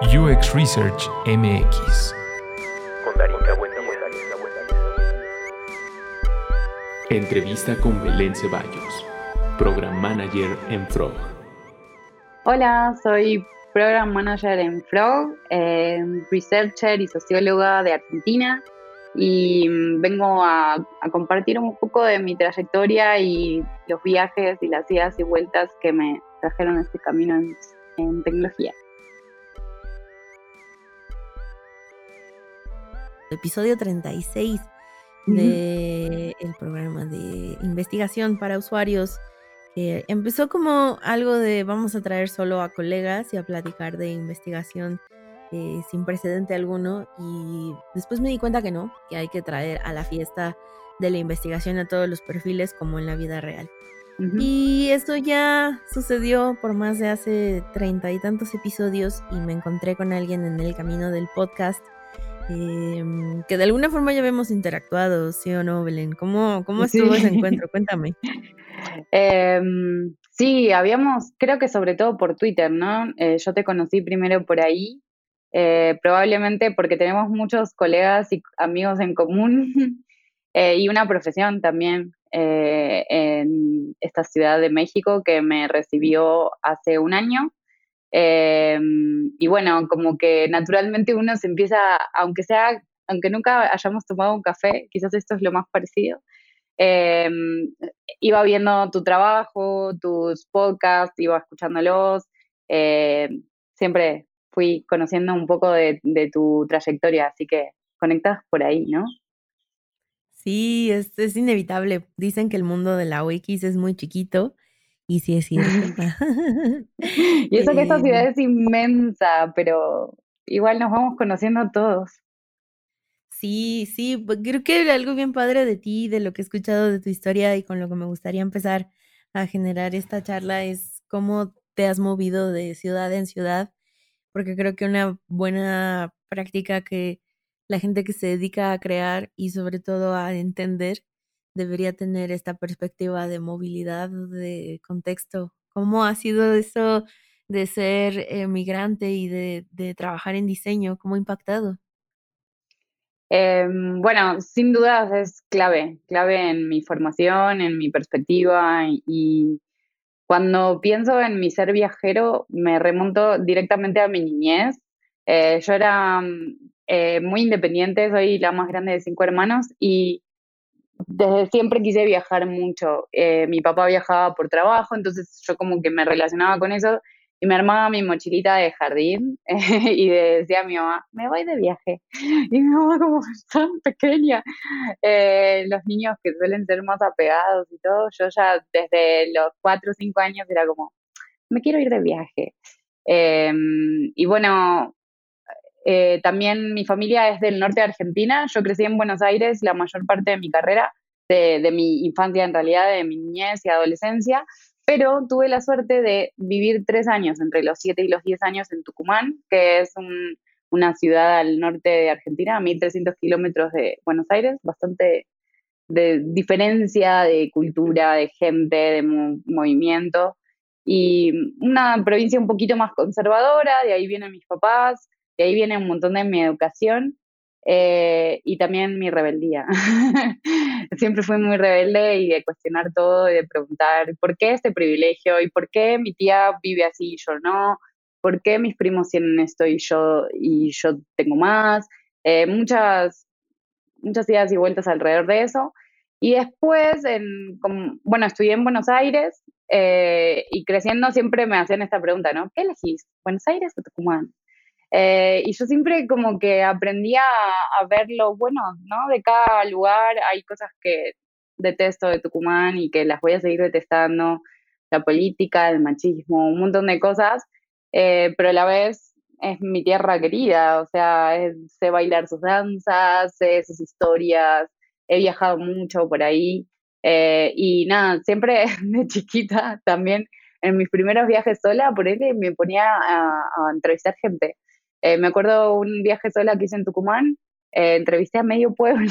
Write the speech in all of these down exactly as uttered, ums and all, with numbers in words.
U X Research M X. Entrevista con Belén Ceballos, Program Manager en Frog. Hola, soy Program Manager en Frog, eh, researcher y socióloga de Argentina, y vengo a, a compartir un poco de mi trayectoria y los viajes y las idas y vueltas que me trajeron a este camino en, en tecnología. Episodio treinta y seis del uh-huh. programa de investigación para usuarios, que empezó como algo de vamos a traer solo a colegas y a platicar de investigación eh, sin precedente alguno, y después me di cuenta que no, que hay que traer a la fiesta de la investigación a todos los perfiles como en la vida real. Uh-huh. Y esto ya sucedió por más de hace treinta y tantos episodios, y me encontré con alguien en el camino del podcast Eh, que de alguna forma ya habíamos interactuado, ¿sí o no, Belén? ¿Cómo, cómo estuvo sí. ese encuentro? Cuéntame. Eh, sí, habíamos, creo que sobre todo por Twitter, ¿no? Eh, yo te conocí primero por ahí, eh, probablemente porque tenemos muchos colegas y amigos en común eh, y una profesión también eh, en esta Ciudad de México que me recibió hace un año. Eh, y bueno, como que naturalmente uno se empieza, aunque sea, aunque nunca hayamos tomado un café, quizás esto es lo más parecido, eh, iba viendo tu trabajo, tus podcasts, iba escuchándolos, eh, siempre fui conociendo un poco de, de tu trayectoria, así que conectas por ahí, ¿no? Sí, es, es inevitable. Dicen que el mundo de la U X es muy chiquito. Y sí es cierto. Y eso que esta ciudad es inmensa, pero igual nos vamos conociendo todos. Sí, sí, creo que algo bien padre de ti, de lo que he escuchado de tu historia y con lo que me gustaría empezar a generar esta charla es cómo te has movido de ciudad en ciudad, porque creo que una buena práctica que la gente que se dedica a crear y sobre todo a entender debería tener esta perspectiva de movilidad, de contexto. ¿Cómo ha sido eso de ser eh, migrante y de, de trabajar en diseño? ¿Cómo ha impactado? Eh, bueno, sin dudas es clave, clave en mi formación, en mi perspectiva, y cuando pienso en mi ser viajero me remonto directamente a mi niñez. Eh, yo era eh, muy independiente, soy la más grande de cinco hermanos y desde siempre quise viajar mucho. Eh, mi papá viajaba por trabajo, entonces yo como que me relacionaba con eso y me armaba mi mochilita de jardín eh, y decía a mi mamá, me voy de viaje. Y mi mamá como tan pequeña. Eh, los niños que suelen ser más apegados y todo, yo ya desde los cuatro o cinco años era como, me quiero ir de viaje. Eh, y bueno, eh, también mi familia es del norte de Argentina, yo crecí en Buenos Aires la mayor parte de mi carrera, de, de mi infancia en realidad, de mi niñez y adolescencia, pero tuve la suerte de vivir tres años, entre los siete y los diez años en Tucumán, que es un, una ciudad al norte de Argentina, a mil trescientos kilómetros de Buenos Aires, bastante de diferencia de cultura, de gente, de mo- movimiento, y una provincia un poquito más conservadora, de ahí vienen mis papás, de ahí viene un montón de mi educación eh, y también mi rebeldía. Siempre fui muy rebelde y de cuestionar todo y de preguntar por qué este privilegio y por qué mi tía vive así y yo no, por qué mis primos tienen esto y yo, y yo tengo más. Eh, muchas, muchas idas y vueltas alrededor de eso. Y después, en, como, bueno, estudié en Buenos Aires eh, y creciendo siempre me hacían esta pregunta, ¿no? ¿Qué elegís? ¿Buenos Aires o Tucumán? Eh, y yo siempre como que aprendía a, a ver lo bueno, ¿no? De cada lugar. Hay cosas que detesto de Tucumán y que las voy a seguir detestando, la política, el machismo, un montón de cosas, eh, pero a la vez es mi tierra querida, o sea, es, sé bailar sus danzas, sé sus historias, he viajado mucho por ahí, eh, y nada, siempre de chiquita también, en mis primeros viajes sola, por él me ponía a, a entrevistar gente. Eh, me acuerdo un viaje sola que hice en Tucumán, eh, entrevisté a medio pueblo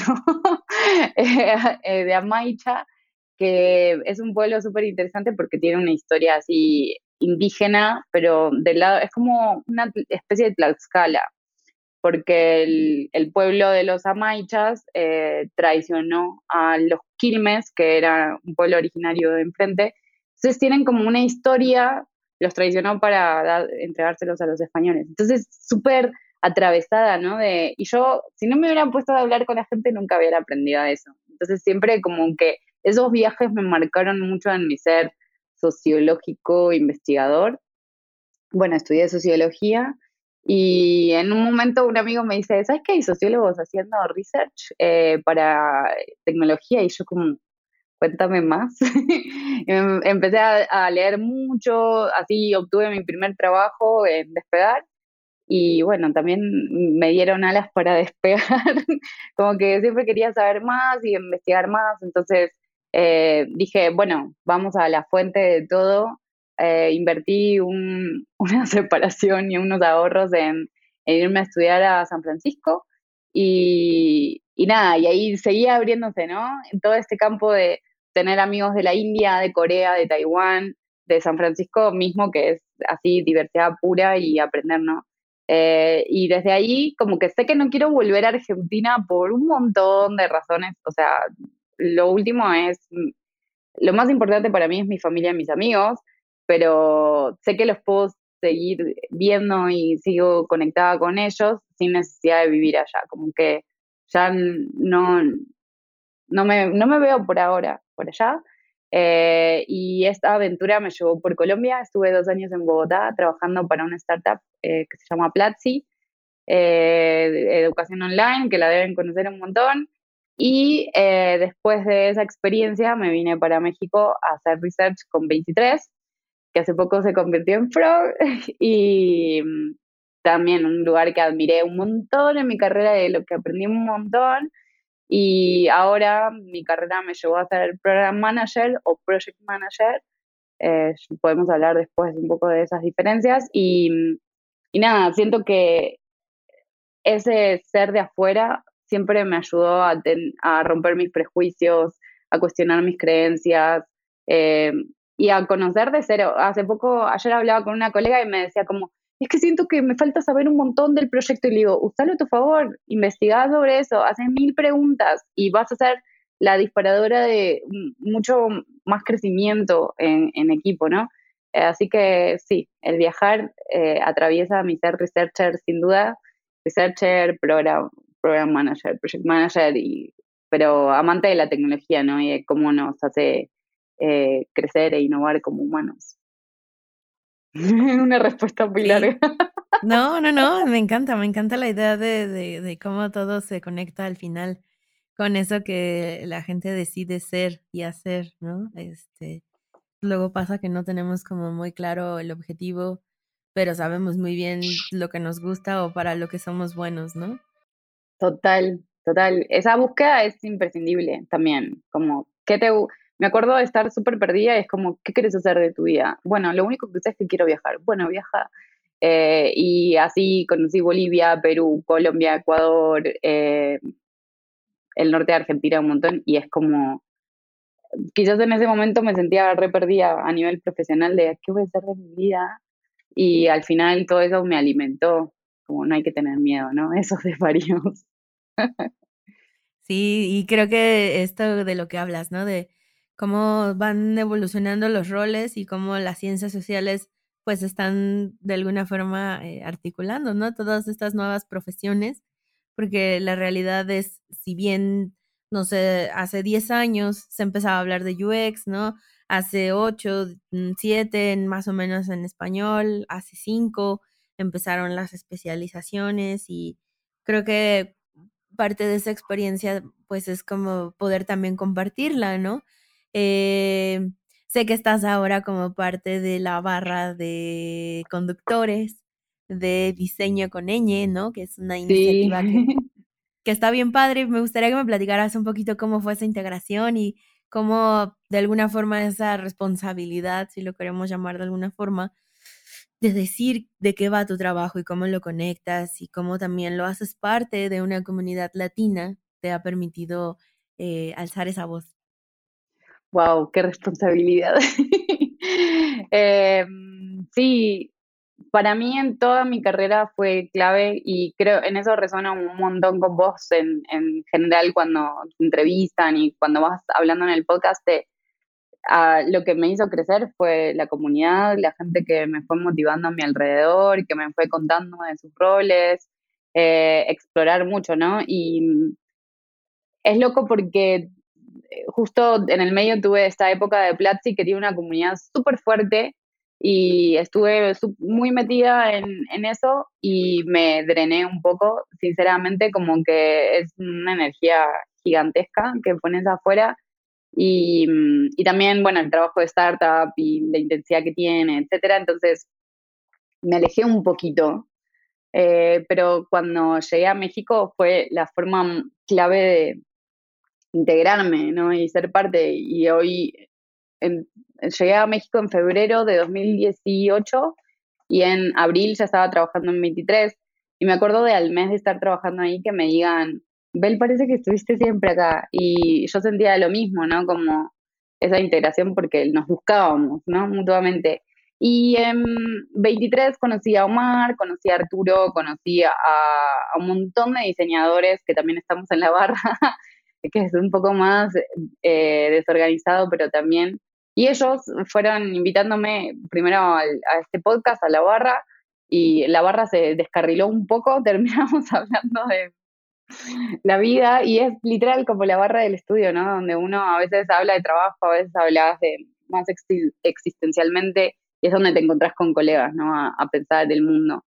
eh, de Amaicha, que es un pueblo súper interesante porque tiene una historia así indígena, pero del lado, es como una especie de Tlaxcala, porque el, el pueblo de los Amaichas eh, traicionó a los Quilmes, que era un pueblo originario de enfrente. Entonces tienen como una historia, los traicionó para dar- entregárselos a los españoles. Entonces, súper atravesada, ¿no? De, y yo, si no me hubieran puesto a hablar con la gente, nunca hubiera aprendido eso. Entonces, siempre como que esos viajes me marcaron mucho en mi ser sociológico, investigador. Bueno, estudié sociología y en un momento un amigo me dice, ¿sabes que hay sociólogos haciendo research eh, para tecnología? Y yo como, cuéntame más. Em- Empecé a, a leer mucho, así obtuve mi primer trabajo en Despegar y bueno, también me dieron alas para despegar, como que siempre quería saber más y investigar más, entonces eh, dije, bueno, vamos a la fuente de todo. Eh, invertí un- una separación y unos ahorros en, en irme a estudiar a San Francisco y, y nada, y ahí seguía abriéndose, ¿no? En todo este campo de tener amigos de la India, de Corea, de Taiwán, de San Francisco mismo, que es así diversidad pura y aprender, ¿no? Eh, y desde ahí, como que sé que no quiero volver a Argentina por un montón de razones. O sea, lo último es, lo más importante para mí es mi familia y mis amigos, pero sé que los puedo seguir viendo y sigo conectada con ellos sin necesidad de vivir allá. Como que ya no, no me, no me veo por ahora por allá. Eh, y esta aventura me llevó por Colombia. Estuve dos años en Bogotá trabajando para una startup eh, que se llama Platzi, eh, de educación online, que la deben conocer un montón. Y eh, después de esa experiencia me vine para México a hacer research con veintitrés, que hace poco se convirtió en Frog. Y mm, también un lugar que admiré un montón en mi carrera, de lo que aprendí un montón. Y ahora mi carrera me llevó a ser program manager o project manager. Eh, podemos hablar después un poco de esas diferencias. Y, y nada, siento que ese ser de afuera siempre me ayudó a, ten- a romper mis prejuicios, a cuestionar mis creencias eh, y a conocer de cero. Hace poco, ayer hablaba con una colega y me decía como, es que siento que me falta saber un montón del proyecto y le digo, usalo a tu favor, investigá sobre eso, haces mil preguntas y vas a ser la disparadora de m- mucho más crecimiento en, en equipo, ¿no? Eh, así que sí, el viajar eh, atraviesa mi ser researcher sin duda, researcher, program, program manager, project manager, y, pero amante de la tecnología, ¿no? Y de cómo nos hace eh, crecer e innovar como humanos. Una respuesta muy Sí. larga. No, no, no, me encanta, me encanta la idea de, de, de cómo todo se conecta al final con eso que la gente decide ser y hacer, ¿no? Este, luego pasa que no tenemos como muy claro el objetivo, pero sabemos muy bien lo que nos gusta o para lo que somos buenos, ¿no? Total, total. Esa búsqueda es imprescindible también. Como, ¿qué te, gu- me acuerdo de estar súper perdida y es como, ¿qué quieres hacer de tu vida? Bueno, lo único que sé es que quiero viajar. Bueno, viaja. Eh, y así conocí Bolivia, Perú, Colombia, Ecuador, eh, el norte de Argentina un montón, y es como, quizás en ese momento me sentía re perdida a nivel profesional de qué voy a hacer de mi vida, y al final todo eso me alimentó, como no hay que tener miedo, ¿no? Esos desvaríos. Sí, y creo que esto de lo que hablas, ¿no? De cómo van evolucionando los roles y cómo las ciencias sociales pues están de alguna forma eh, articulando, ¿no? Todas estas nuevas profesiones, porque la realidad es, si bien, no sé, hace diez años se empezaba a hablar de U X, ¿no? Hace ocho, siete más o menos en español, hace cinco empezaron las especializaciones y creo que parte de esa experiencia, pues, es como poder también compartirla, ¿no? Eh, sé que estás ahora como parte de la barra de conductores de Diseño con ñ, ¿no? Que es una Sí. iniciativa que que está bien padre. Me gustaría que me platicaras un poquito cómo fue esa integración y cómo, de alguna forma, esa responsabilidad, si lo queremos llamar de alguna forma, de decir de qué va tu trabajo y cómo lo conectas y cómo también lo haces parte de una comunidad latina, te ha permitido eh, alzar esa voz. Wow, qué responsabilidad. Eh, sí, para mí en toda mi carrera fue clave y creo en eso resuena un montón con vos en, en general cuando te entrevistan y cuando vas hablando en el podcast. Te, a, lo que me hizo crecer fue la comunidad, la gente que me fue motivando a mi alrededor, que me fue contando de sus roles, eh, explorar mucho, ¿no? Y es loco porque justo en el medio tuve esta época de Platzi que tiene una comunidad súper fuerte y estuve muy metida en, en eso y me drené un poco, sinceramente, como que es una energía gigantesca que pones afuera y, y también, bueno, el trabajo de startup y la intensidad que tiene, etcétera. Entonces me alejé un poquito, eh, pero cuando llegué a México fue la forma clave de integrarme, ¿no? Y ser parte. Y hoy en, llegué a México en febrero de dos mil dieciocho y en abril ya estaba trabajando en veintitrés. Y me acuerdo de al mes de estar trabajando ahí que me digan, Bel, parece que estuviste siempre acá. Y yo sentía lo mismo, ¿no? Como esa integración porque nos buscábamos, ¿no? Mutuamente. Y en veintitrés conocí a Omar, conocí a Arturo, conocí a, a un montón de diseñadores que también estamos en la barra, que es un poco más eh, desorganizado, pero también. Y ellos fueron invitándome primero al, a este podcast, a la barra, y la barra se descarriló un poco, terminamos hablando de la vida, y es literal como la barra del estudio, ¿no? Donde uno a veces habla de trabajo, a veces hablas de más ex- existencialmente, y es donde te encontrás con colegas, ¿no? A, a pensar del mundo.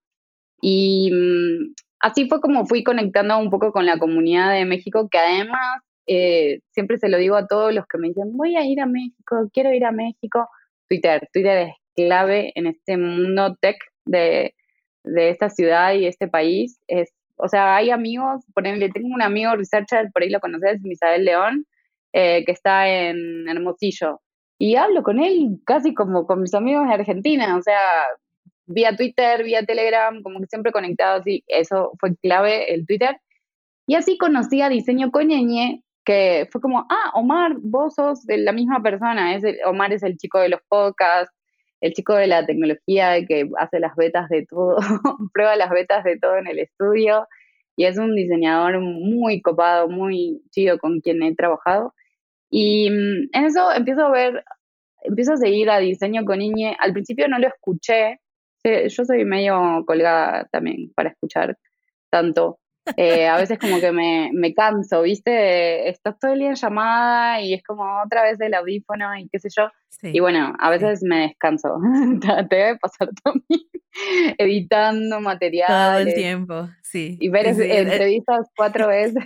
Y mmm, así fue como fui conectando un poco con la comunidad de México, que además eh, siempre se lo digo a todos los que me dicen, voy a ir a México, quiero ir a México. Twitter, Twitter es clave en este mundo tech de, de esta ciudad y este país. Es, o sea, hay amigos, por ejemplo, tengo un amigo researcher, por ahí lo conoces, Misael León, eh, que está en Hermosillo. Y hablo con él casi como con mis amigos de Argentina, o sea, vía Twitter, vía Telegram, como que siempre conectados, y eso fue clave, el Twitter. Y así conocí a Diseño con Ñeñe, que fue como, ah, Omar, vos sos de la misma persona. Es el, Omar es el chico de los podcasts, el chico de la tecnología que hace las betas de todo, prueba las betas de todo en el estudio, y es un diseñador muy copado, muy chido con quien he trabajado. Y mm, en eso empiezo a ver, empiezo a seguir a Diseño con Iñe. Al principio no lo escuché, sí, yo soy medio colgada también para escuchar tanto. Eh, a veces como que me, me canso, ¿viste? Estás todo el día en llamada y es como otra vez el audífono y qué sé yo. Y Sí, bueno, a sí. veces me descanso. Te te debe pasar también. Editando Todo el materiales tiempo, sí, y ver sí, es- sí. eh, eh, entrevistas cuatro veces.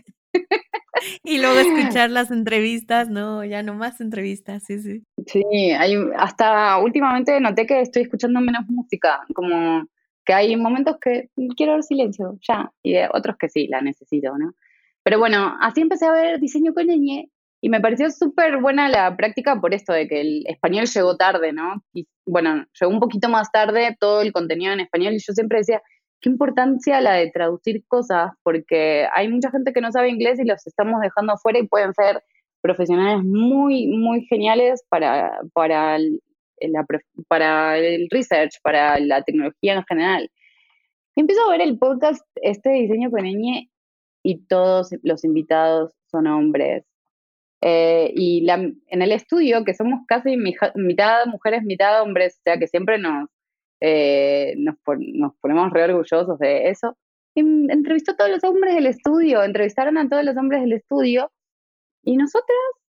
Y luego escuchar las entrevistas, no, ya no más entrevistas, sí, sí. Sí, hay, hasta últimamente noté que estoy escuchando menos música, como que hay momentos que quiero ver silencio, ya, y de otros que sí, la necesito, ¿no? Pero bueno, así empecé a ver diseño con ñ y me pareció súper buena la práctica por esto de que el español llegó tarde, ¿no? Y bueno, llegó un poquito más tarde todo el contenido en español y yo siempre decía, qué importancia la de traducir cosas, porque hay mucha gente que no sabe inglés y los estamos dejando afuera y pueden ser profesionales muy, muy geniales para, para, el, la, para el research, para la tecnología en general. Empiezo a ver el podcast, este diseño con ñ, y todos los invitados son hombres. Eh, y la, en el estudio, que somos casi mitad mujeres, mitad hombres, o sea que siempre nos, eh, nos, nos ponemos re orgullosos de eso, entrevistó a todos los hombres del estudio, entrevistaron a todos los hombres del estudio, y nosotros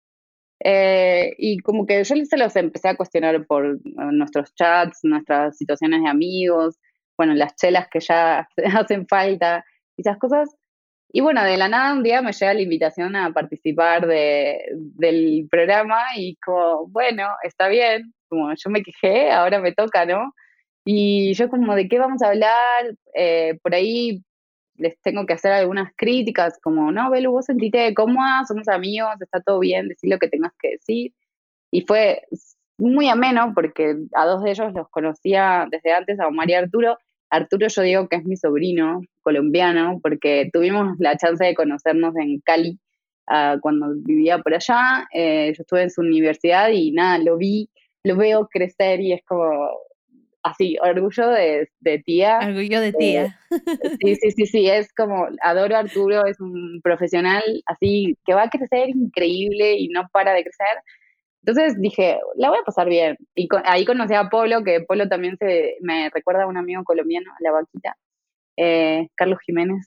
eh, y como que yo se los empecé a cuestionar por nuestros chats, nuestras situaciones de amigos, bueno, las chelas que ya hacen falta, esas cosas. Y bueno, de la nada un día me llega la invitación a participar de, del programa y como, bueno, está bien, como yo me quejé, ahora me toca, ¿no? Y yo como, ¿de qué vamos a hablar? Eh, por ahí les tengo que hacer algunas críticas, como, no, Belu, vos sentite cómoda, somos amigos, está todo bien, decir lo que tengas que decir. Y fue muy ameno porque a dos de ellos los conocía desde antes, a Omar y a Arturo. Arturo yo digo que es mi sobrino colombiano porque tuvimos la chance de conocernos en Cali uh, cuando vivía por allá. Eh, yo estuve en su universidad y nada, lo vi, lo veo crecer y es como, así, orgullo de, de tía. Orgullo de Eh, tía. sí, sí, sí, sí, es como, adoro a Arturo, es un profesional así que va a crecer increíble y no para de crecer. Entonces dije, la voy a pasar bien. Y con- ahí conocí a Polo, que Polo también se me recuerda a un amigo colombiano, la vaquita, eh, Carlos Jiménez.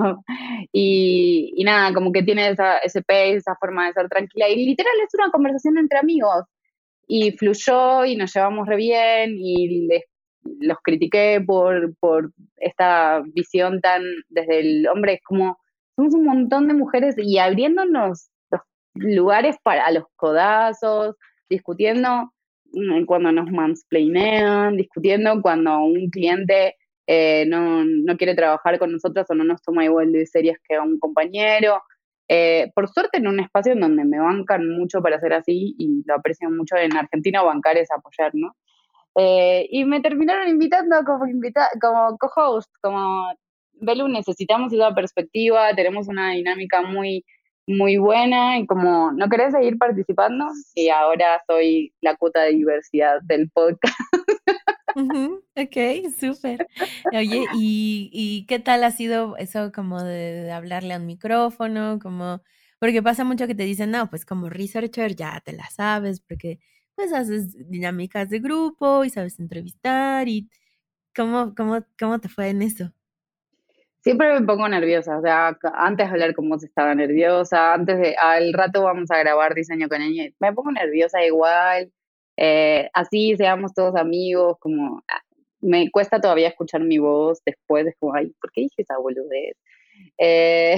y, y nada, como que tiene esa, ese pace, esa forma de ser tranquila. Y literal es una conversación entre amigos. Y fluyó y nos llevamos re bien y les, los critiqué por, por esta visión tan desde el hombre. Es como, somos un montón de mujeres y abriéndonos los lugares para los codazos, discutiendo mm, cuando nos mansplainean, discutiendo cuando un cliente eh, no, no quiere trabajar con nosotros o no nos toma igual de serias que a un compañero. Eh, por suerte en un espacio en donde me bancan mucho para ser así y lo aprecio mucho en Argentina, bancar es apoyar, ¿no? Eh, y me terminaron invitando como, invita como co-host, como, Belu, necesitamos esa perspectiva, tenemos una dinámica muy, muy buena y como, ¿no querés seguir participando? Y ahora soy la cuota de diversidad del podcast. Ujú, ok, súper. Oye, ¿y, y qué tal ha sido eso como de, de hablarle a un micrófono? Como, porque pasa mucho que te dicen, no, pues como researcher ya te la sabes, porque pues haces dinámicas de grupo y sabes entrevistar y ¿cómo, cómo, cómo te fue en eso? Siempre me pongo nerviosa, o sea, c- antes de hablar con vos estaba nerviosa, antes de, al rato vamos a grabar diseño con ella, me pongo nerviosa igual, eh, así seamos todos amigos, como, ah, me cuesta todavía escuchar mi voz después, es como, ay, ¿por qué dije esa boludez? Eh,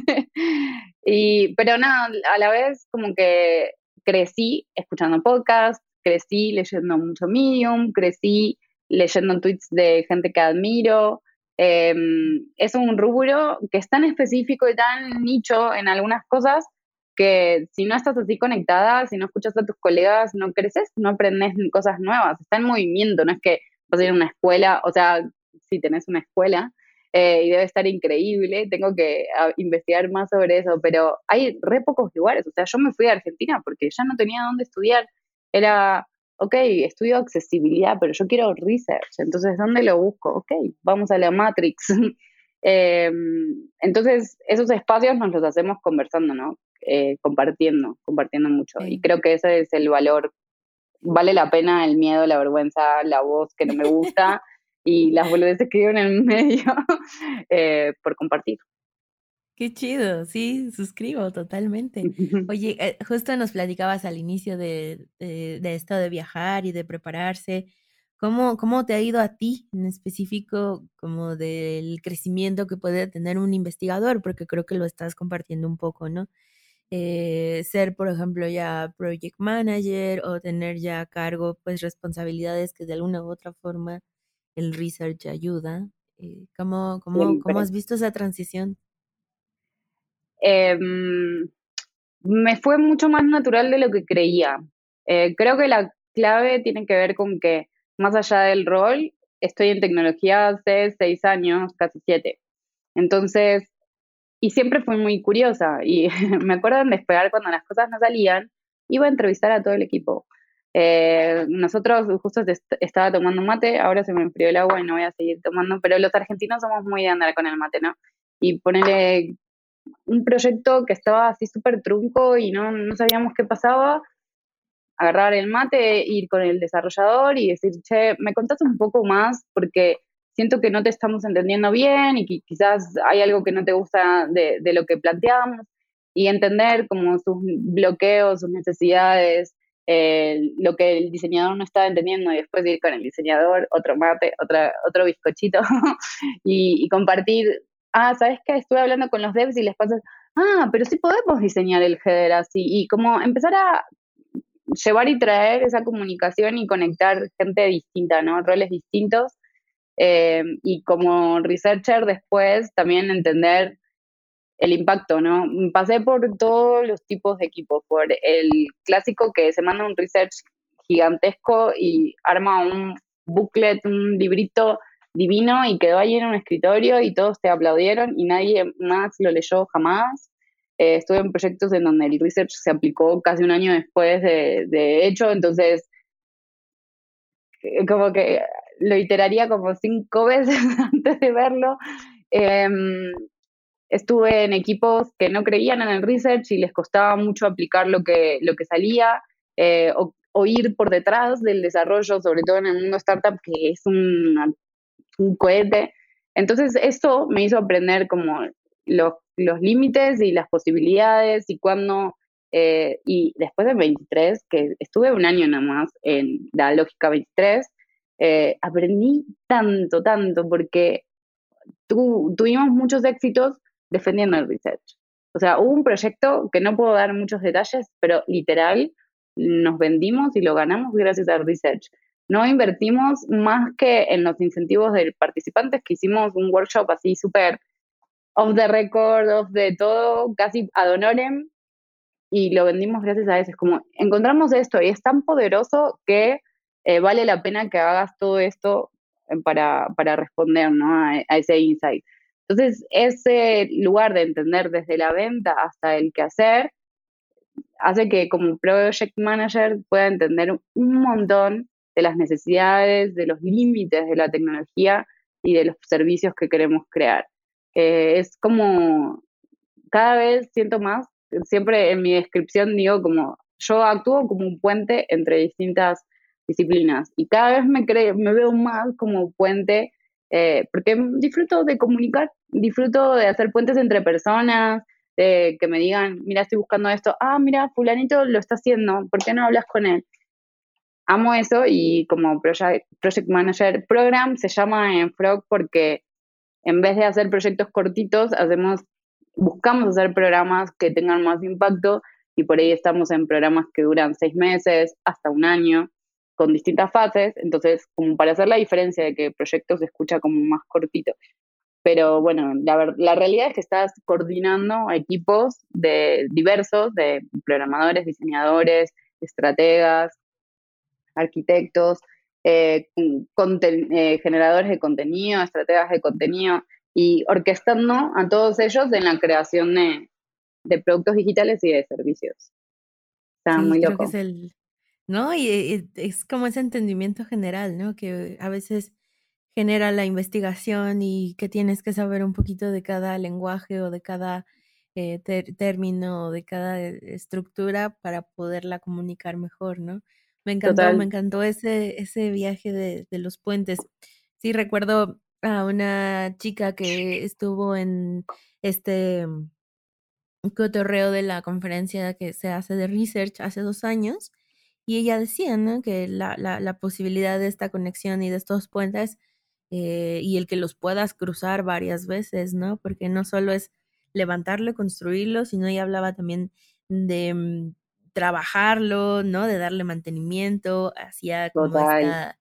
y, pero nada, a la vez como que crecí escuchando podcasts, crecí leyendo mucho Medium, crecí leyendo tweets de gente que admiro. Eh, es un rubro que es tan específico y tan nicho en algunas cosas que si no estás así conectada, si no escuchas a tus colegas, no creces, no aprendes cosas nuevas, está en movimiento, no es que vas a ir a una escuela, o sea, si tenés una escuela, eh, y debe estar increíble, tengo que a, investigar más sobre eso, pero hay re pocos lugares, o sea, yo me fui a Argentina porque ya no tenía dónde estudiar, era, ok, estudio accesibilidad, pero yo quiero research, entonces, ¿dónde lo busco? Ok, vamos a la Matrix. eh, entonces, esos espacios nos los hacemos conversando, ¿no? Eh, compartiendo, compartiendo mucho, y Sí. creo que ese es el valor. Vale la pena el miedo, la vergüenza, la voz que no me gusta y las boludeces que digo en el medio eh, por compartir. Qué chido, sí, suscribo totalmente. Oye, eh, justo nos platicabas al inicio de, de, de esto de viajar y de prepararse. ¿Cómo, cómo te ha ido a ti en específico, como del crecimiento que puede tener un investigador? Porque creo que lo estás compartiendo un poco, ¿no? Eh, ser, por ejemplo, ya project manager o tener ya a cargo, pues, responsabilidades que de alguna u otra forma el research ayuda. Eh, ¿cómo, cómo, cómo Siempre. has visto esa transición? Eh, me fue mucho más natural de lo que creía. Eh, creo que la clave tiene que ver con que, más allá del rol, estoy en tecnología hace seis años, casi siete. Entonces, y siempre fui muy curiosa. Y me acuerdo en Despegar, cuando las cosas no salían, iba a entrevistar a todo el equipo. Eh, nosotros justo est estaba tomando mate, ahora se me enfrió el agua y no voy a seguir tomando, pero los argentinos somos muy de andar con el mate, ¿no? Y ponerle un proyecto que estaba así súper trunco y no, no sabíamos qué pasaba, agarrar el mate, ir con el desarrollador y decir, che, ¿me contás un poco más? Porque siento que no te estamos entendiendo bien y que quizás hay algo que no te gusta de, de lo que planteamos, y entender como sus bloqueos, sus necesidades, eh, lo que el diseñador no estaba entendiendo, y después ir con el diseñador, otro mate, otra, otro bizcochito, y, y compartir, ah, ¿sabes qué? Estuve hablando con los devs y les pasa, ah, pero sí podemos diseñar el header así, y como empezar a llevar y traer esa comunicación y conectar gente distinta, ¿no? Roles distintos. Eh, y como researcher después también entender el impacto, ¿no? Pasé por todos los tipos de equipos, por el clásico que se manda un research gigantesco y arma un booklet, un librito divino y quedó ahí en un escritorio y todos te aplaudieron y nadie más lo leyó jamás. Eh, estuve en proyectos en donde el research se aplicó casi un año después de, de hecho, entonces eh, como que lo iteraría como cinco veces antes de verlo. Eh, estuve en equipos que no creían en el research y les costaba mucho aplicar lo que, lo que salía, eh, o, o ir por detrás del desarrollo, sobre todo en el mundo startup, que es un, un cohete. Entonces, eso me hizo aprender como los, los límites y las posibilidades y cuándo. Eh, y después de veintitrés, que estuve un año nada más en la lógica veintitrés, eh, aprendí tanto, tanto, porque tu, tuvimos muchos éxitos defendiendo el research. O sea, hubo un proyecto que no puedo dar muchos detalles, pero literal nos vendimos y lo ganamos gracias al research. No invertimos más que en los incentivos de participantes, que hicimos un workshop así súper off the record, off de todo, casi ad honorem, y lo vendimos gracias a eso. Es como, encontramos esto y es tan poderoso que eh, vale la pena que hagas todo esto para, para responder, ¿no?, a, a ese insight. Entonces, ese lugar de entender desde la venta hasta el quehacer hace que como project manager pueda entender un montón de las necesidades, de los límites de la tecnología y de los servicios que queremos crear. Eh, es como, cada vez siento más, siempre en mi descripción digo como, yo actúo como un puente entre distintas disciplinas y cada vez me, creo, me veo más como puente, eh, porque disfruto de comunicar, disfruto de hacer puentes entre personas, de que me digan, mira, estoy buscando esto, ah, mira, fulanito lo está haciendo, ¿por qué no hablas con él? Amo eso, y como project, project manager program se llama en Frog porque en vez de hacer proyectos cortitos, hacemos, buscamos hacer programas que tengan más impacto, y por ahí estamos en programas que duran seis meses hasta un año, con distintas fases. Entonces, como para hacer la diferencia de que el proyecto se escucha como más cortito. Pero bueno, la, la realidad es que estás coordinando equipos de diversos, de programadores, diseñadores, estrategas, arquitectos, eh, conten, eh, generadores de contenido, estrategas de contenido, y orquestando a todos ellos en la creación de, de productos digitales y de servicios. Está Sí, muy creo que loco. es el, ¿no? Y eh, es como ese entendimiento general, ¿no? Que a veces genera la investigación y que tienes que saber un poquito de cada lenguaje o de cada eh, ter- término o de cada eh, estructura para poderla comunicar mejor, ¿no? Me encantó, me Total. encantó ese, ese viaje de, de los puentes. Sí, recuerdo a una chica que estuvo en este mm, cotorreo de la conferencia que se hace de research hace dos años, y ella decía, ¿no?, que la, la, la posibilidad de esta conexión y de estos puentes, eh, y el que los puedas cruzar varias veces, ¿no? Porque no solo es levantarlo, construirlo, sino ella hablaba también de mm, trabajarlo, ¿no? De darle mantenimiento, hacía como Total. esta,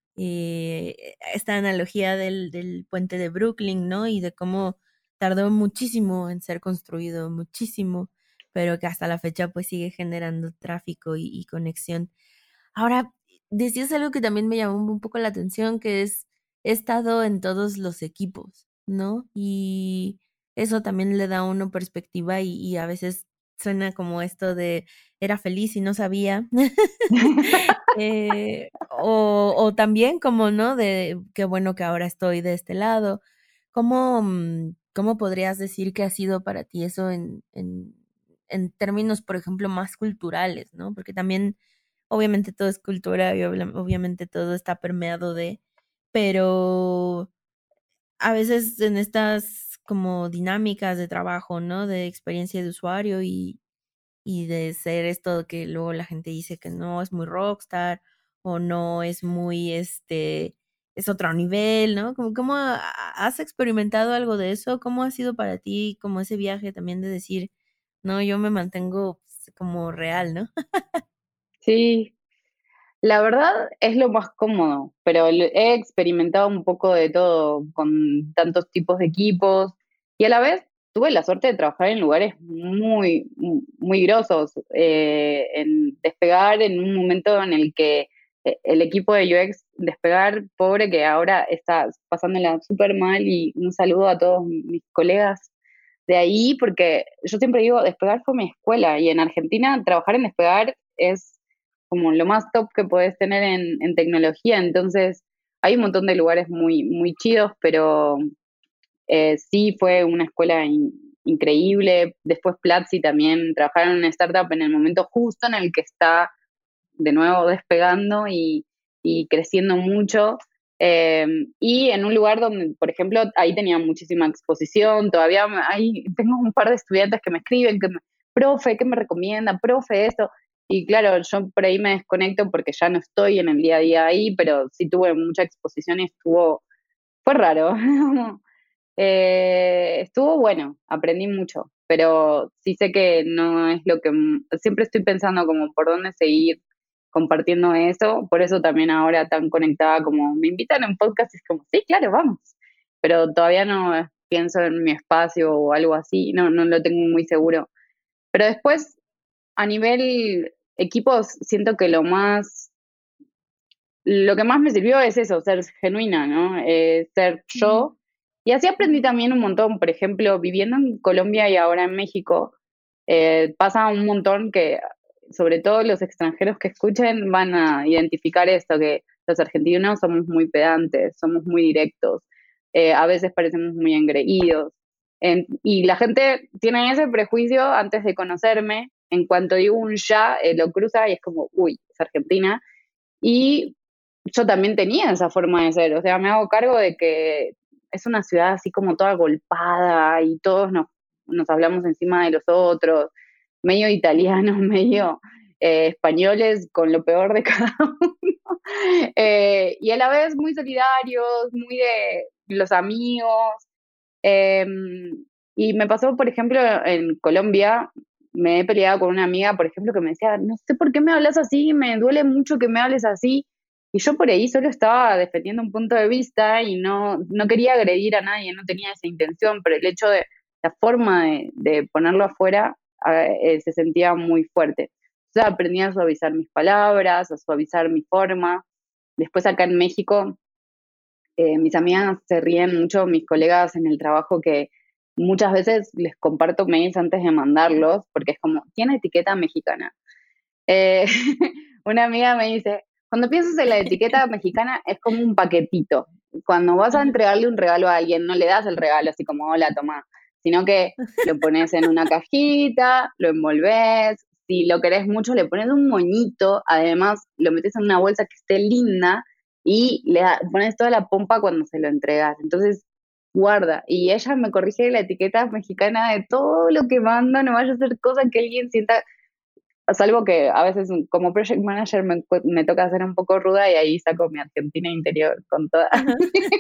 eh, esta analogía del, del puente de Brooklyn, ¿no? Y de cómo tardó muchísimo en ser construido, muchísimo, pero que hasta la fecha pues sigue generando tráfico y, y conexión. Ahora, decías algo que también me llamó un poco la atención, que es, he estado en todos los equipos, ¿no? Y eso también le da a uno perspectiva y, y a veces suena como esto de era feliz y no sabía. Eh, o, o también como, ¿no? De qué bueno que ahora estoy de este lado. ¿Cómo, mm, cómo podrías decir que ha sido para ti eso en, en, en términos, por ejemplo, más culturales, ¿no? Porque también, obviamente todo es cultura y obvia- obviamente todo está permeado de, pero a veces en estas como dinámicas de trabajo, ¿no? De experiencia de usuario y, y de ser esto que luego la gente dice que no es muy rockstar o no es muy, este, es otro nivel, ¿no? Como, ¿cómo ha- has experimentado algo de eso? ¿Cómo ha sido para ti como ese viaje también de decir, no, yo me mantengo pues, como real, ¿no? Sí, la verdad es lo más cómodo, pero he experimentado un poco de todo con tantos tipos de equipos, y a la vez tuve la suerte de trabajar en lugares muy, muy grosos, eh, en Despegar, en un momento en el que eh, el equipo de U X Despegar, pobre, que ahora está pasándola súper mal, y un saludo a todos mis colegas de ahí, porque yo siempre digo, Despegar fue mi escuela, y en Argentina trabajar en Despegar es como lo más top que podés tener en, en tecnología. Entonces, hay un montón de lugares muy, muy chidos, pero eh, sí fue una escuela in- increíble. Después Platzi también, trabajar en una startup en el momento justo en el que está de nuevo despegando y, y creciendo mucho. Eh, y en un lugar donde, por ejemplo, ahí tenía muchísima exposición, todavía me- ahí tengo un par de estudiantes que me escriben, que me, profe, ¿qué me recomienda? Profe, esto. Y claro, yo por ahí me desconecto porque ya no estoy en el día a día ahí, pero sí tuve mucha exposición y estuvo, fue raro. Eh, estuvo bueno, aprendí mucho, pero sí sé que no es lo que m- siempre estoy pensando como por dónde seguir compartiendo eso, por eso también ahora tan conectada como me invitan en podcast, es como, sí, claro, vamos, pero todavía no eh, pienso en mi espacio o algo así, no, no lo tengo muy seguro. Pero después, a nivel equipos, siento que lo más, lo que más me sirvió es eso, ser genuina, ¿no? Eh, ser Ujú, yo. Y así aprendí ujú, también un montón. Por ejemplo, viviendo en Colombia y ahora en México, eh, pasa un montón que, sobre todo los extranjeros que escuchen, van a identificar esto, que los argentinos somos muy pedantes, somos muy directos, eh, a veces parecemos muy engreídos. En- y la gente tiene ese prejuicio antes de conocerme. En cuanto digo un ya, eh, lo cruza y es como, uy, es Argentina. Y yo también tenía esa forma de ser, o sea, me hago cargo de que es una ciudad así como toda golpada y todos nos, nos hablamos encima de los otros, medio italianos, medio eh, españoles con lo peor de cada uno. Eh, y a la vez muy solidarios, muy de los amigos. eh, y me pasó, por ejemplo, en Colombia, me he peleado con una amiga, por ejemplo, que me decía, no sé por qué me hablas así, me duele mucho que me hables así. Y yo por ahí solo estaba defendiendo un punto de vista y no, no quería agredir a nadie, no tenía esa intención, pero el hecho de la forma de, de ponerlo afuera eh, se sentía muy fuerte. Entonces aprendí a suavizar mis palabras, a suavizar mi forma. Después acá en México eh, mis amigas se ríen mucho, mis colegas en el trabajo, que muchas veces les comparto mails antes de mandarlos, porque es como, tiene etiqueta mexicana. Eh, una amiga me dice, cuando piensas en la etiqueta mexicana es como un paquetito. Cuando vas a ajá. entregarle un regalo a alguien, no le das el regalo así como, hola, toma, sino que lo pones en una cajita, lo envolves, si lo querés mucho, le pones un moñito, además lo metes en una bolsa que esté linda y le da- pones toda la pompa cuando se lo entregas. Entonces, guarda. Y ella me corrige la etiqueta mexicana de todo lo que manda, no vaya a ser cosa que alguien sienta, salvo que a veces como project manager me, encu- me toca ser un poco ruda y ahí saco mi Argentina interior con toda. Ajá.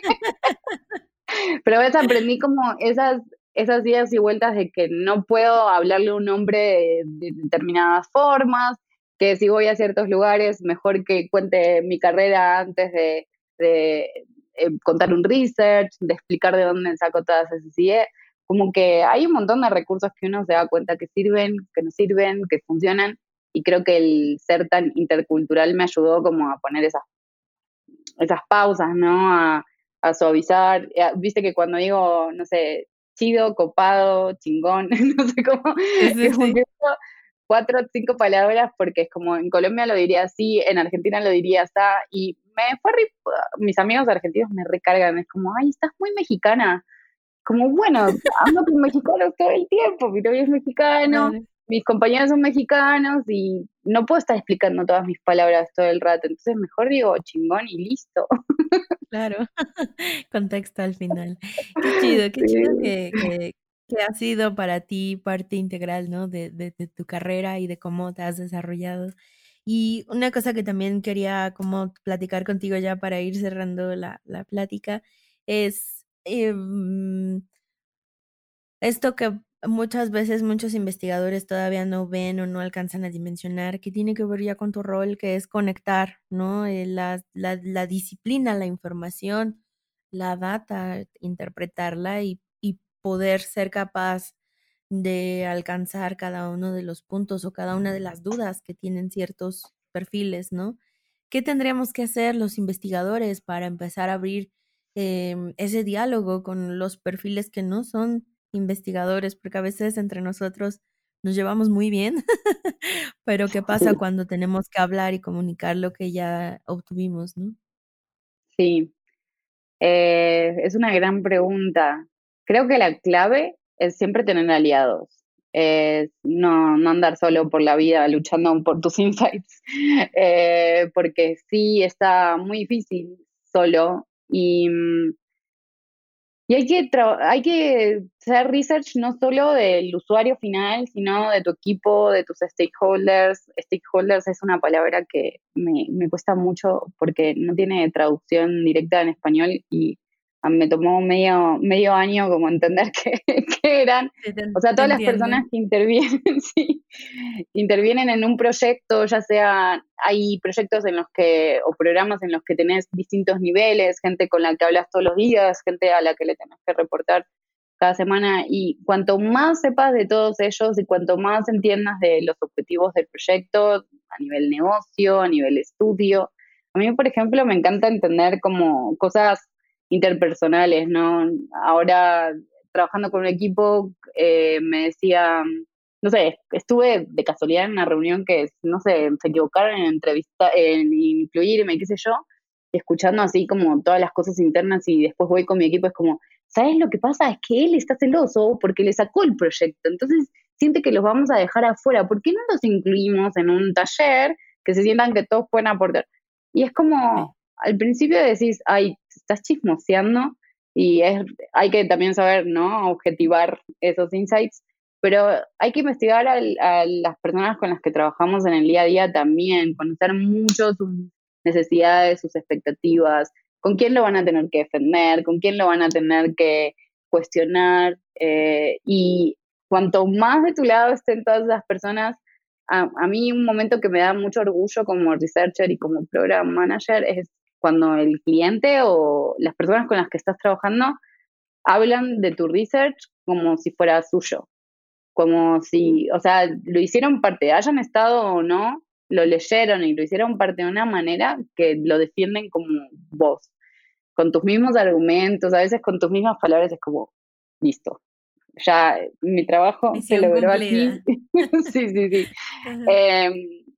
Pero a veces aprendí como esas, esas idas y vueltas de que no puedo hablarle a un hombre de, de determinadas formas, que si voy a ciertos lugares, mejor que cuente mi carrera antes de, de eh, contar un research, de explicar de dónde saco todas esas ideas. Como que hay un montón de recursos que uno se da cuenta que sirven, que no sirven, que funcionan, y creo que el ser tan intercultural me ayudó como a poner esas esas pausas, ¿no? A, a suavizar. Eh, Viste que cuando digo, no sé, chido, copado, chingón, no sé cómo, Sí, sí, como sí. que uso cuatro o cinco palabras porque es como en Colombia lo diría así, en Argentina lo diría así, y me fue re- mis amigos argentinos me recargan, es como, ay, estás muy mexicana. Como, bueno, ando con mexicanos todo el tiempo, mi novio es mexicano, Claro, mis compañeros son mexicanos y no puedo estar explicando todas mis palabras todo el rato, entonces mejor digo chingón y listo. claro. Contexto al final. Qué chido, qué chido Sí, que, que, que ha sido para ti parte integral, ¿no? De, de, de tu carrera y de cómo te has desarrollado. Y una cosa que también quería como platicar contigo ya para ir cerrando la, la plática es em, esto que muchas veces muchos investigadores todavía no ven o no alcanzan a dimensionar, que tiene que ver ya con tu rol, que es conectar, ¿no? Eh, la, la, la disciplina, la información, la data, interpretarla y, y poder ser capaz de alcanzar cada uno de los puntos o cada una de las dudas que tienen ciertos perfiles, ¿no? ¿Qué tendríamos que hacer los investigadores para empezar a abrir em, ese diálogo con los perfiles que no son investigadores? Porque a veces entre nosotros nos llevamos muy bien, pero ¿qué pasa sí, cuando tenemos que hablar y comunicar lo que ya obtuvimos, ¿no? sí. Eh, es una gran pregunta. Creo que la clave es siempre tener aliados. Es no, no andar solo por la vida luchando por tus insights. Eh, porque sí está muy difícil solo. Y, mm, y hay que, tra- hay que hacer research no solo del usuario final, sino de tu equipo, de tus stakeholders. Stakeholders es una palabra que me, me cuesta mucho porque no tiene traducción directa en español y ah, me tomó medio, medio año como entender qué, qué eran. Sí, te, O sea, te todas las entiendo. personas que intervienen, sí, intervienen en un proyecto, ya sea, hay proyectos en los que, o programas en los que tenés distintos niveles, gente con la que hablas todos los días, gente a la que le tenés que reportar cada semana, y cuanto más sepas de todos ellos y cuanto más entiendas de los objetivos del proyecto a nivel negocio, a nivel estudio, a mí, por ejemplo, me encanta entender como cosas interpersonales, ¿no? Ahora, trabajando con un equipo, eh, me decía, no sé, estuve de casualidad en una reunión que, no sé, se equivocaron en entrevista, en incluirme, qué sé yo, escuchando así como todas las cosas internas y después voy con mi equipo, es como, ¿sabes lo que pasa? Es que él está celoso porque le sacó el proyecto, entonces siente que los vamos a dejar afuera, ¿por qué no los incluimos en un taller que se sientan que todos pueden aportar? Y es Sí. como, al principio decís, ay, estás chismoseando y es, hay que también saber, ¿no? Objetivar esos insights, pero hay que investigar al- a las personas con las que trabajamos en el día a día también, conocer mucho sus necesidades, sus expectativas, con quién lo van a tener que defender, con quién lo van a tener que cuestionar, eh, y cuanto más de tu lado estén todas esas personas, a, a mí un momento que me da mucho orgullo como researcher y como program manager es cuando el cliente o las personas con las que estás trabajando hablan de tu research como si fuera suyo, como si, o sea, lo hicieron parte, hayan estado o no, lo leyeron y lo hicieron parte de una manera que lo defienden como vos, con tus mismos argumentos, a veces con tus mismas palabras, es como, listo, ya mi trabajo se Misión logró aquí. cumplida. Sí, sí, sí. Ajá. Eh,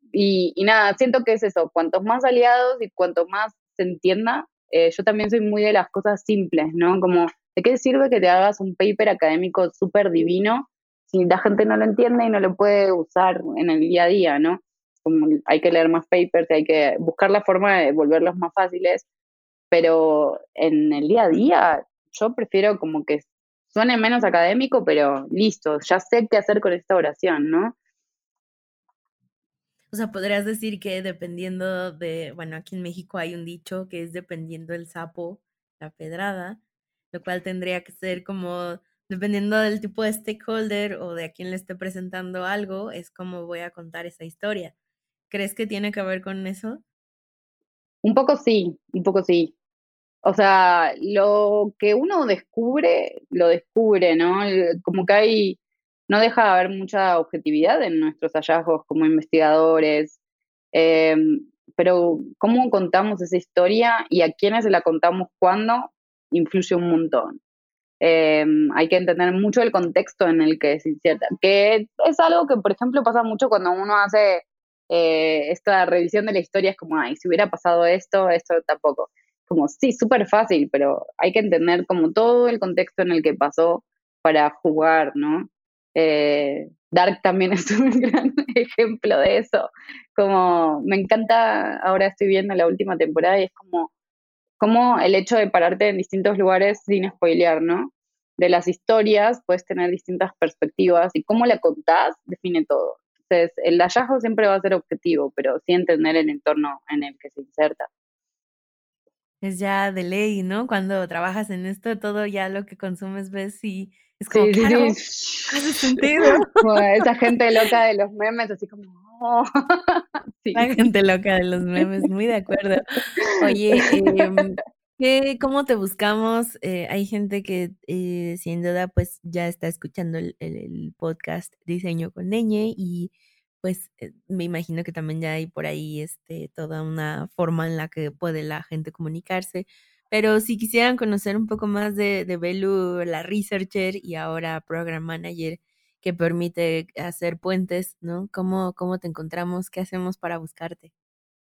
y, y nada, siento que es eso, cuantos más aliados y cuanto más se entienda, eh, yo también soy muy de las cosas simples, ¿no? Como, ¿de qué sirve que te hagas un paper académico súper divino si la gente no lo entiende y no lo puede usar en el día a día, ¿no? Como hay que leer más papers, hay que buscar la forma de volverlos más fáciles, pero en el día a día yo prefiero como que suene menos académico, pero listo, ya sé qué hacer con esta oración, ¿no? O sea, podrías decir que dependiendo de, bueno, aquí en México hay un dicho que es dependiendo el sapo, la pedrada, lo cual tendría que ser como, dependiendo del tipo de stakeholder o de a quién le esté presentando algo, es como voy a contar esa historia. ¿Crees que tiene que ver con eso? Un poco sí, un poco sí. O sea, lo que uno descubre, lo descubre, ¿no? El- Como que hay, no deja de haber mucha objetividad en nuestros hallazgos como investigadores, eh, pero cómo contamos esa historia y a quiénes se la contamos cuándo, influye un montón. Eh, hay que entender mucho el contexto en el que se inserta, que es algo que, por ejemplo, pasa mucho cuando uno hace eh, esta revisión de la historia, es como, ay, si hubiera pasado esto, esto tampoco. Como, sí, súper fácil, pero hay que entender como todo el contexto en el que pasó para jugar, ¿no? Eh, Dark también es un gran ejemplo de eso. Como, me encanta, ahora estoy viendo la última temporada y es como como el hecho de pararte en distintos lugares sin spoilear, ¿no? De las historias puedes tener distintas perspectivas y cómo la contás define todo. Entonces, el hallazgo siempre va a ser objetivo, pero sí entender el entorno en el que se inserta. Es ya de ley, ¿no? Cuando trabajas en esto, todo ya lo que consumes ves y es como, Sí, sí, claro, sí. hace sentido. Como esa gente loca de los memes, así como, oh. La Sí. gente loca de los memes, muy de acuerdo. Oye, em, ¿qué, cómo te buscamos? Eh, hay gente que eh, sin duda pues ya está escuchando el, el- el podcast Diseño con Neñe y pues eh, me imagino que también ya hay por ahí este, toda una forma en la que puede la gente comunicarse. Pero si quisieran conocer un poco más de, de Belu, la researcher y ahora program manager, que permite hacer puentes, ¿no? ¿Cómo, cómo te encontramos? ¿Qué hacemos para buscarte?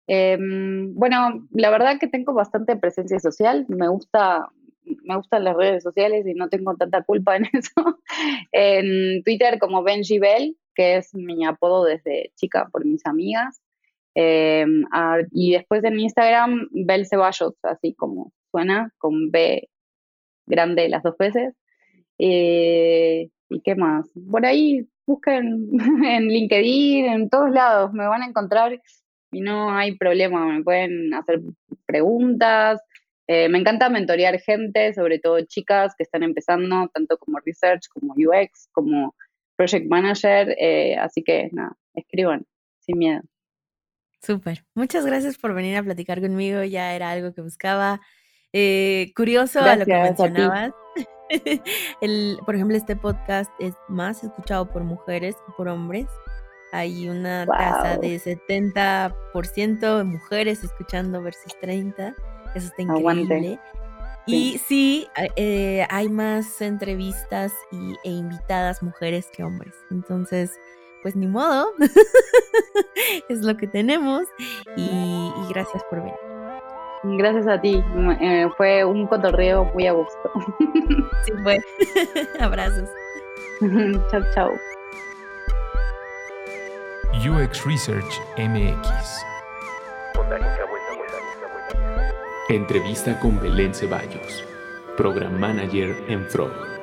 Eh, bueno, la verdad que tengo bastante presencia social, me gusta, me gustan las redes sociales y no tengo tanta culpa en eso. En Twitter como Benji Bell, que es mi apodo desde chica por mis amigas. Eh, a- y después en Instagram, Bell Ceballos, así como suena, con B grande las dos veces. Eh, ¿y qué más? Por ahí busquen en LinkedIn, en todos lados, me van a encontrar y no hay problema, me pueden hacer preguntas. Eh, me encanta mentorear gente, sobre todo chicas que están empezando, tanto como research, como U X, como project manager. Eh, así que nada, escriban, sin miedo. Súper. Muchas gracias por venir a platicar conmigo. Ya era algo que buscaba. Eh, curioso a lo que Gracias a ti. mencionabas. El, por ejemplo, este podcast es más escuchado por mujeres que por hombres. Hay una tasa Wow, de setenta por ciento de mujeres escuchando versus treinta. Eso está aguante. increíble. Sí. Y sí, a- eh, hay más entrevistas y, e invitadas mujeres que hombres. Entonces, pues ni modo. Es lo que tenemos. Y, y gracias por venir. Gracias a ti. Eh, fue un cotorreo muy a gusto. Sí, fue. Abrazos. Chau, chau. U X Research M X. Entrevista con Belén Ceballos, Program Manager en Frog.